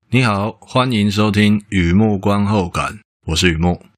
你好，欢迎收听雨幕观后感，我是雨幕。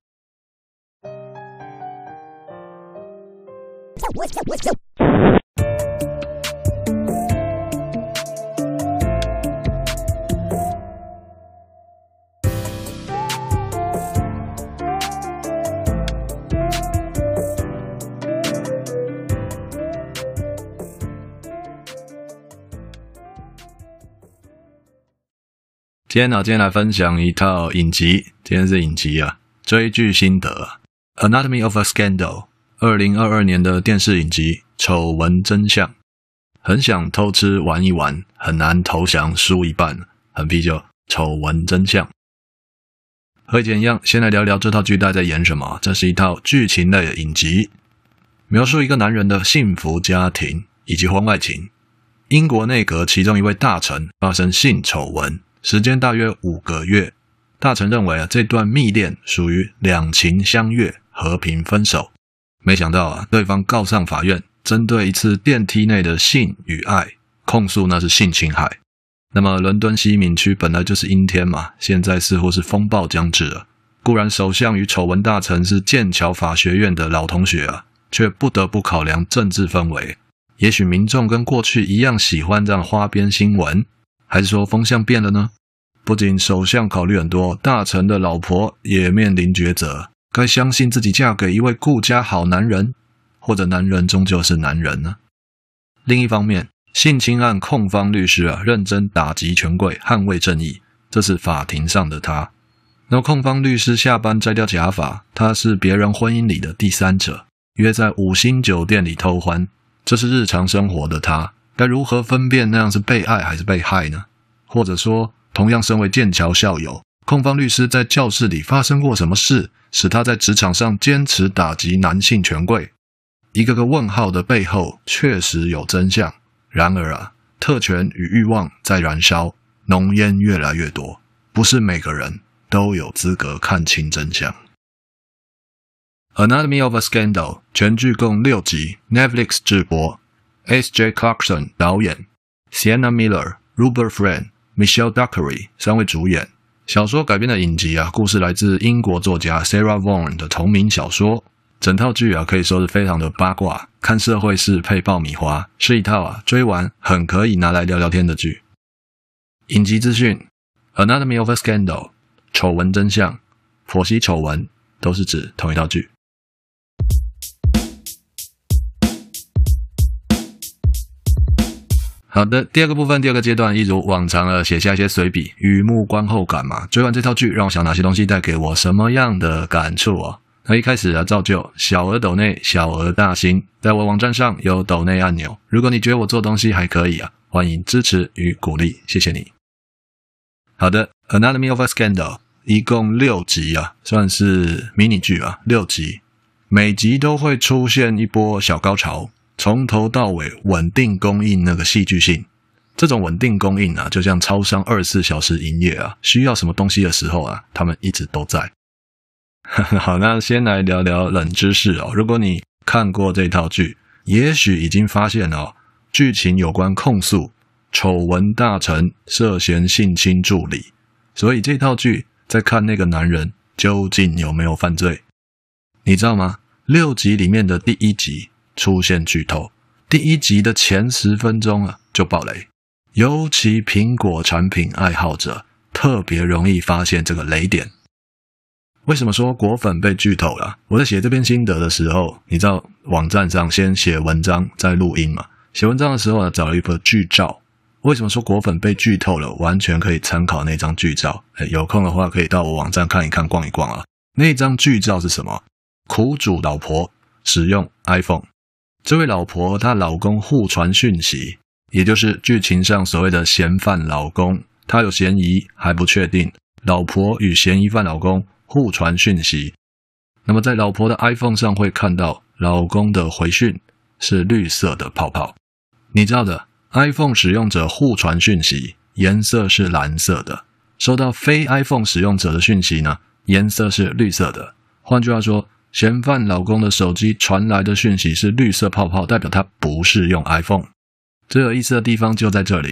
今天来分享一套影集，今天是影集追剧心得Anatomy of a Scandal 2022年的电视影集丑闻真相。很想偷吃玩一玩，很难投降输一半，很啤酒丑闻真相。和以前一样，先来聊聊这套剧大家在演什么。这是一套剧情类的影集，描述一个男人的幸福家庭以及婚外情。英国内阁其中一位大臣发生性丑闻，时间大约5个月，大臣认为这段蜜恋属于两情相悦，和平分手。没想到对方告上法院，针对一次电梯内的性与爱，控诉那是性侵害。那么伦敦西敏区本来就是阴天嘛，现在似乎是风暴将至了。固然首相与丑闻大臣是剑桥法学院的老同学却不得不考量政治氛围。也许民众跟过去一样喜欢这样花边新闻，还是说风向变了呢？不仅首相考虑很多，大臣的老婆也面临抉择，该相信自己嫁给一位顾家好男人，或者男人终究是男人呢？另一方面，性侵案控方律师认真打击权贵，捍卫正义，这是法庭上的他。那控方律师下班摘掉假发，他是别人婚姻里的第三者，约在5星酒店里偷欢，这是日常生活的他。该如何分辨那样是被爱还是被害呢？或者说，同样身为剑桥校友，控方律师在教室里发生过什么事，使他在职场上坚持打击男性权贵？一个个问号的背后确实有真相。然而特权与欲望在燃烧，浓烟越来越多，不是每个人都有资格看清真相。Anatomy of a Scandal 全剧共6集， Netflix 制播， S.J. Clarkson 导演， Sienna Miller、Rupert Friend、Michelle Dockery 3位主演。小说改编的影集故事来自英国作家 Sarah Vaughan 的同名小说。整套剧可以说是非常的八卦，看社会事配爆米花，是一套追完很可以拿来聊聊天的剧。影集资讯 Anatomy of a Scandal 丑闻真相，婆媳丑闻都是指同一套剧。好的，第二个部分，第二个阶段，一如往常写下一些随笔，雨幕观后感嘛。追完这套剧，让我想哪些东西带给我什么样的感触那一开始照旧，小额抖内，小额大新，在我网站上有抖内按钮。如果你觉得我做东西还可以欢迎支持与鼓励，谢谢你。好的 Anatomy of a Scandal 一共6集算是迷你剧6集，每集都会出现一波小高潮，从头到尾稳定供应那个戏剧性。这种稳定供应就像超商24小时营业需要什么东西的时候他们一直都在。好，那先来聊聊冷知识如果你看过这套剧，也许已经发现剧情有关控诉丑闻大臣涉嫌性侵助理，所以这套剧在看那个男人究竟有没有犯罪。你知道吗？6集里面的第1集出现剧透，第1集的前10分钟就爆雷，尤其苹果产品爱好者特别容易发现这个雷点。为什么说果粉被剧透了？我在写这篇心得的时候，你知道网站上先写文章再录音嘛？写文章的时候找了一份剧照。为什么说果粉被剧透了？完全可以参考那张剧照。有空的话可以到我网站看一看，逛一逛那张剧照是什么？苦主老婆使用 iPhone， 这位老婆她老公互传讯息，也就是剧情上所谓的嫌犯老公，他有嫌疑还不确定，老婆与嫌疑犯老公互传讯息。那么在老婆的 iPhone 上会看到老公的回讯是绿色的泡泡。你知道的， iPhone 使用者互传讯息颜色是蓝色的，收到非 iPhone 使用者的讯息呢，颜色是绿色的。换句话说，嫌犯老公的手机传来的讯息是绿色泡泡，代表他不是用 iPhone。最有意思的地方就在这里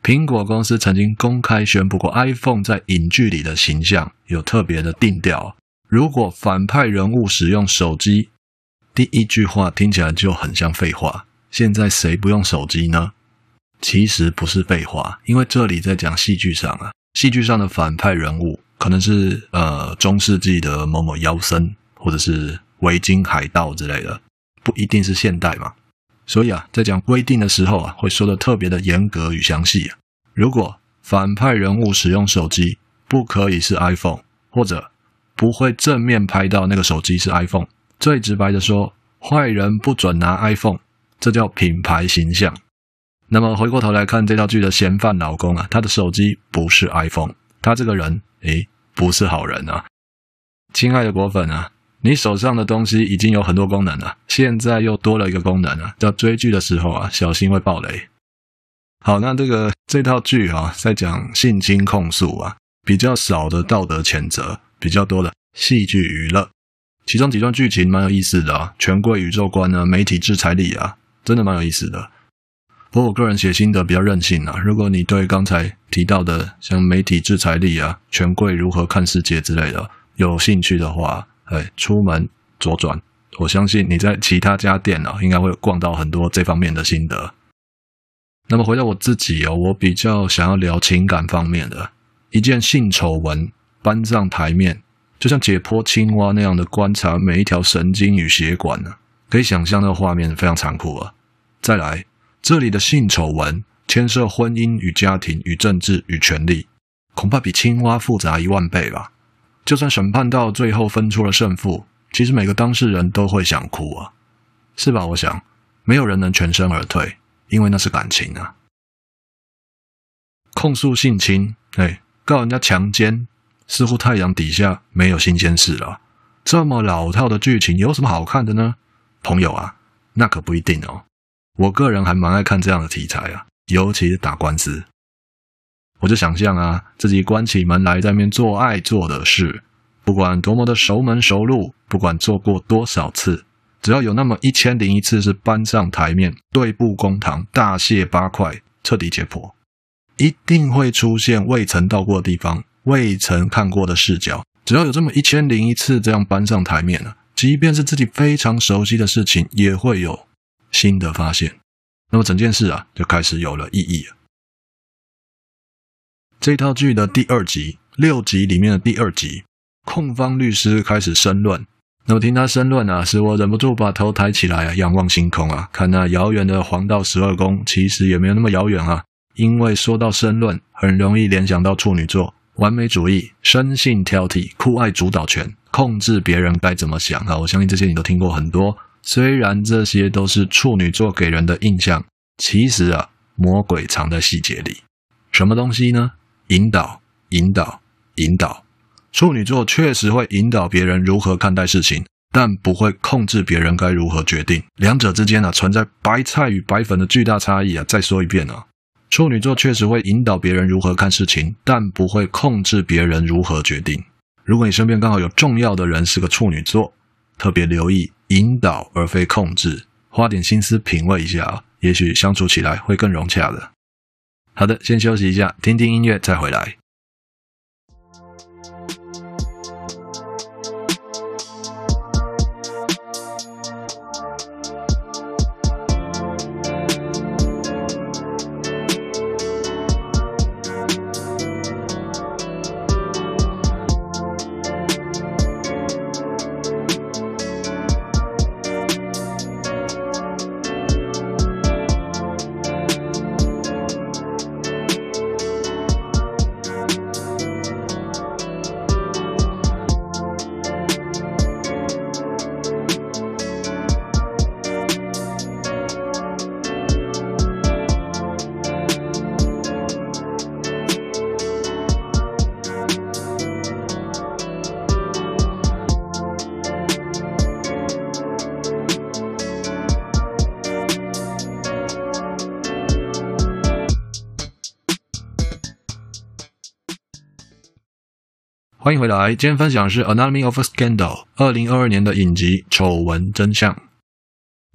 苹果公司曾经公开宣布过 iPhone 在影剧里的形象有特别的定调，如果反派人物使用手机，第一句话听起来就很像废话，现在谁不用手机呢？其实不是废话，因为这里在讲戏剧上啊，戏剧上的反派人物可能是中世纪的某某妖僧，或者是维京海盗之类的，不一定是现代嘛。所以啊，在讲规定的时候啊，会说的特别的严格与详细啊。如果反派人物使用手机，不可以是 iPhone， 或者不会正面拍到那个手机是 iPhone。最直白的说，坏人不准拿 iPhone， 这叫品牌形象。那么回过头来看这套剧的嫌犯老公啊，他的手机不是 iPhone， 他这个人不是好人啊。亲爱的果粉啊，你手上的东西已经有很多功能了，现在又多了一个功能啊，叫追剧的时候啊，小心会爆雷。好，那这套剧啊，在讲性侵控诉啊，比较少的道德谴责，比较多的戏剧娱乐。其中几段剧情蛮有意思的啊，权贵宇宙观啊，媒体制裁力啊，真的蛮有意思的。不过我个人写心得比较任性啊，如果你对刚才提到的像媒体制裁力啊，权贵如何看世界之类的有兴趣的话，出门左转，我相信你在其他家店啊，应该会逛到很多这方面的心得。那么回到我自己哦，我比较想要聊情感方面的，一件性丑闻搬上台面，就像解剖青蛙那样的观察每一条神经与血管呢，可以想象那个画面非常残酷啊。再来，这里的性丑闻牵涉婚姻与家庭与政治与权力，恐怕比青蛙复杂10000倍吧。就算审判到最后分出了胜负，其实每个当事人都会想哭啊，是吧？我想没有人能全身而退，因为那是感情啊。控诉性侵，告人家强奸，似乎太阳底下没有新鲜事了。这么老套的剧情有什么好看的呢？朋友啊，那可不一定哦。我个人还蛮爱看这样的题材啊，尤其是打官司。我就想象啊，自己关起门来在那边做爱做的事，不管多么的熟门熟路，不管做过多少次，只要有那么1001次是搬上台面，对簿公堂，大卸八块，彻底解剖，一定会出现未曾到过的地方，未曾看过的视角。只要有这么1001次这样搬上台面啊，即便是自己非常熟悉的事情，也会有新的发现。那么整件事啊，就开始有了意义了。这套剧的第2集，6集里面的第2集，控方律师开始申论。那么听他申论啊，使我忍不住把头抬起来啊，仰望星空啊，看那遥远的黄道12宫，其实也没有那么遥远啊。因为说到申论，很容易联想到处女座，完美主义，生性挑剔，酷爱主导权，控制别人该怎么想啊。我相信这些你都听过很多。虽然这些都是处女座给人的印象，其实啊，魔鬼藏在细节里。什么东西呢？引导，引导，引导。处女座确实会引导别人如何看待事情，但不会控制别人该如何决定。两者之间啊，存在白菜与白粉的巨大差异啊。再说一遍啊，处女座确实会引导别人如何看事情，但不会控制别人如何决定。如果你身边刚好有重要的人是个处女座，特别留意引导而非控制，花点心思品味一下啊，也许相处起来会更融洽的。好的，先休息一下，听听音乐再回来。欢迎回来，今天分享的是 Anatomy of a Scandal 2022年的影集《丑闻真相》。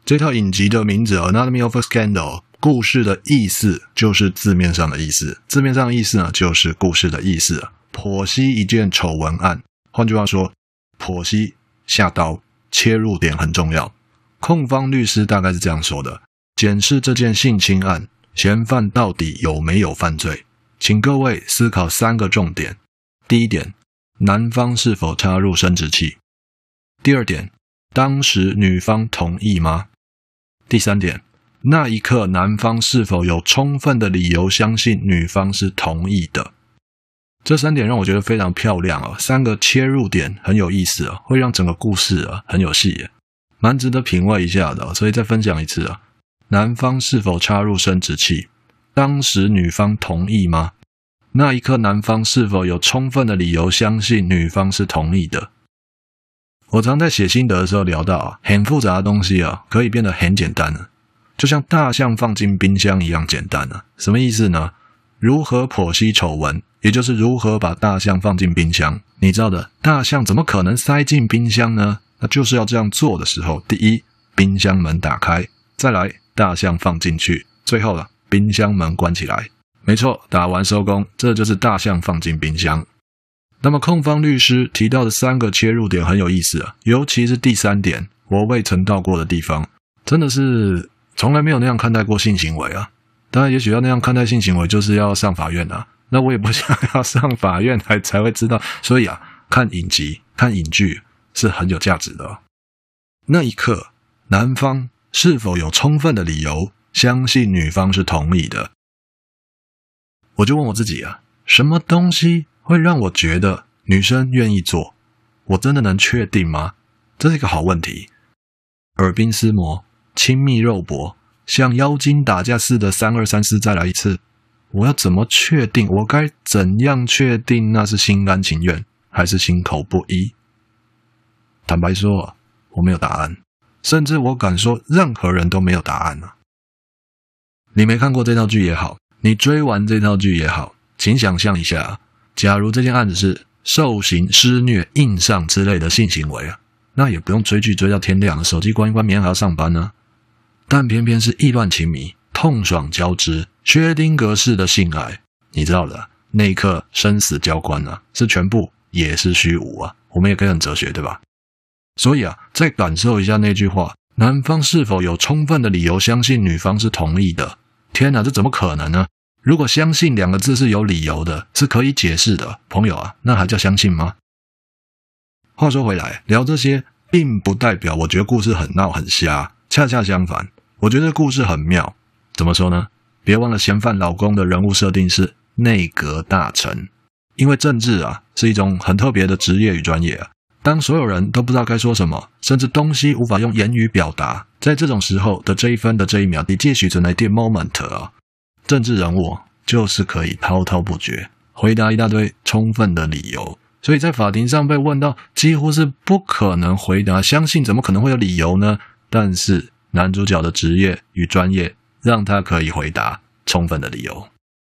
这套影集的名字 Anatomy of a Scandal， 故事的意思就是字面上的意思，字面上的意思呢就是故事的意思，剖析一件丑闻案。换句话说，剖析下刀，切入点很重要。控方律师大概是这样说的：检视这件性侵案，嫌犯到底有没有犯罪？请各位思考3个重点。第一点，男方是否插入生殖器？第二点，当时女方同意吗？第三点，那一刻男方是否有充分的理由相信女方是同意的？这3点让我觉得非常漂亮3个切入点很有意思会让整个故事很有戏蛮值得品味一下的所以再分享一次男方是否插入生殖器？当时女方同意吗？那一刻男方是否有充分的理由相信女方是同意的？我常在写心得的时候聊到很复杂的东西可以变得很简单就像大象放进冰箱一样简单什么意思呢？如何剖析丑闻，也就是如何把大象放进冰箱。你知道的，大象怎么可能塞进冰箱呢？那就是要这样做的时候，第一，冰箱门打开，再来大象放进去，最后冰箱门关起来。没错，打完收工，这就是大象放进冰箱。那么控方律师提到的3个切入点很有意思尤其是第3点，我未曾到过的地方，真的是从来没有那样看待过性行为当然也许要那样看待性行为就是要上法院那我也不想要上法院才会知道，所以看影集看影剧是很有价值的那一刻男方是否有充分的理由相信女方是同意的？我就问我自己什么东西会让我觉得女生愿意做？我真的能确定吗？这是一个好问题。耳鬓厮磨，亲密肉搏，像妖精打架似的3234再来一次，我要怎么确定？我该怎样确定那是心甘情愿还是心口不一？坦白说我没有答案，甚至我敢说任何人都没有答案你没看过这套剧也好，你追完这套剧也好，请想象一下假如这件案子是受刑、施虐、硬上之类的性行为那也不用追剧追到天亮，手机关一关，明天还要上班呢。但偏偏是意乱情迷、痛爽交织、薛丁格式的性爱，你知道的，那一刻生死交关是全部也是虚无我们也可以很哲学，对吧？所以再感受一下那句话，男方是否有充分的理由相信女方是同意的？天哪，这怎么可能呢？如果相信2个字是有理由的，是可以解释的，朋友那还叫相信吗？话说回来，聊这些并不代表我觉得故事很闹很瞎，恰恰相反，我觉得故事很妙。怎么说呢？别忘了嫌犯老公的人物设定是内阁大臣，因为政治是一种很特别的职业与专业当所有人都不知道该说什么，甚至东西无法用言语表达，在这种时候的这一分的这一秒，你继续存来电 moment 政治人物就是可以滔滔不绝，回答一大堆充分的理由，所以在法庭上被问到几乎是不可能回答，相信怎么可能会有理由呢？但是男主角的职业与专业让他可以回答充分的理由。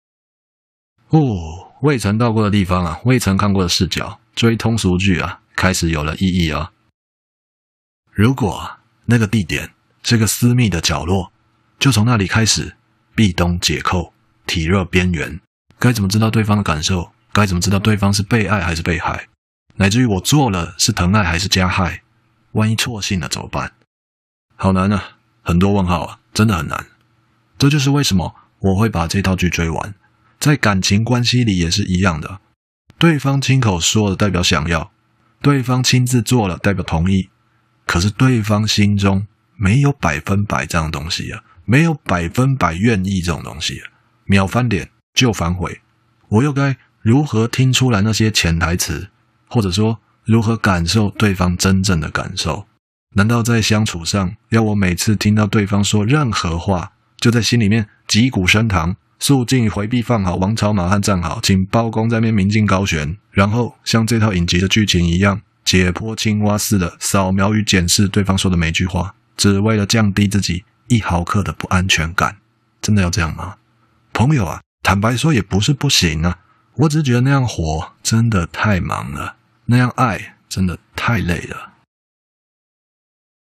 未曾到过的地方未曾看过的视角，追通俗剧开始有了意义如果那个地点是个私密的角落，就从那里开始壁咚解扣，体热边缘，该怎么知道对方的感受？该怎么知道对方是被爱还是被害？乃至于我做了是疼爱还是加害？万一错信了怎么办？好难很多问号真的很难。这就是为什么我会把这套剧追完。在感情关系里也是一样的，对方亲口说了代表想要，对方亲自做了代表同意，可是对方心中没有100%这样的东西没有100%愿意这种东西秒翻脸就反悔。我又该如何听出来那些潜台词，或者说如何感受对方真正的感受？难道在相处上要我每次听到对方说任何话，就在心里面击鼓升堂，肃静回避放好，王朝马汉站好，请包公在那边明镜高悬，然后像这套影集的剧情一样，解剖青蛙似的扫描与检视对方说的每句话，只为了降低自己1毫克的不安全感？真的要这样吗？朋友坦白说也不是不行我只是觉得那样活真的太忙了，那样爱真的太累了。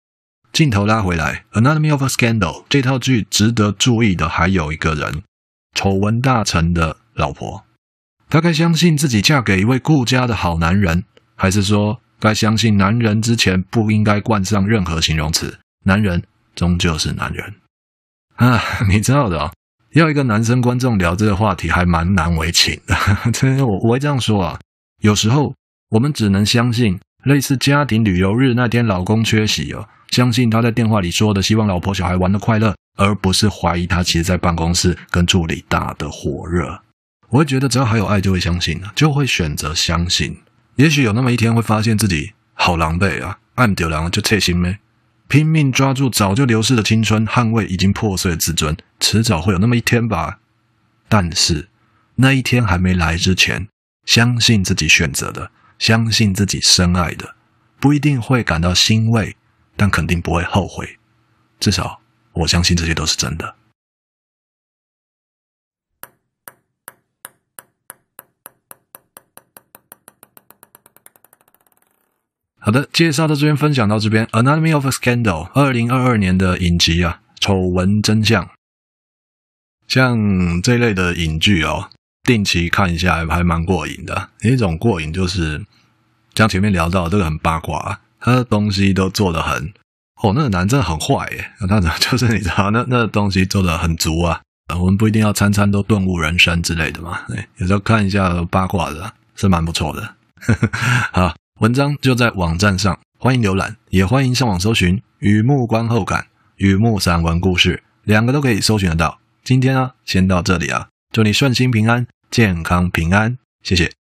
镜头拉回来 Anatomy of a Scandal 这套剧值得注意的还有一个人，丑闻大臣的老婆。她该相信自己嫁给一位顾家的好男人，还是说该相信男人之前不应该冠上任何形容词，男人终究是男人啊？你知道的哦，要一个男生观众聊这个话题还蛮难为情的。我会这样说啊，有时候我们只能相信类似家庭旅游日那天老公缺席哦，相信他在电话里说的希望老婆小孩玩得快乐，而不是怀疑他其实在办公室跟助理打得火热。我会觉得只要还有爱就会相信，就会选择相信。也许有那么一天会发现自己好狼狈啊，按丢狼就切心咩，拼命抓住早就流逝的青春，捍卫已经破碎的自尊，迟早会有那么一天吧。但是那一天还没来之前，相信自己选择的，相信自己深爱的，不一定会感到欣慰，但肯定不会后悔。至少我相信这些都是真的。好的，介绍到这边，分享到这边。Anatomy of a Scandal 2022年的影集啊，丑闻真相。像这一类的影剧哦，定期看一下还蛮过瘾的。一种过瘾就是像前面聊到的这个很八卦啊，他的东西都做得很那个男真的很坏耶，他就是你知道那东西做得很足啊。我们不一定要餐餐都顿悟人生之类的嘛，有时候看一下八卦的是蛮不错的。好，文章就在网站上，欢迎浏览，也欢迎上网搜寻雨幕观后感、雨幕散文故事，两个都可以搜寻得到。今天啊，先到这里啊，祝你顺心平安、健康平安，谢谢。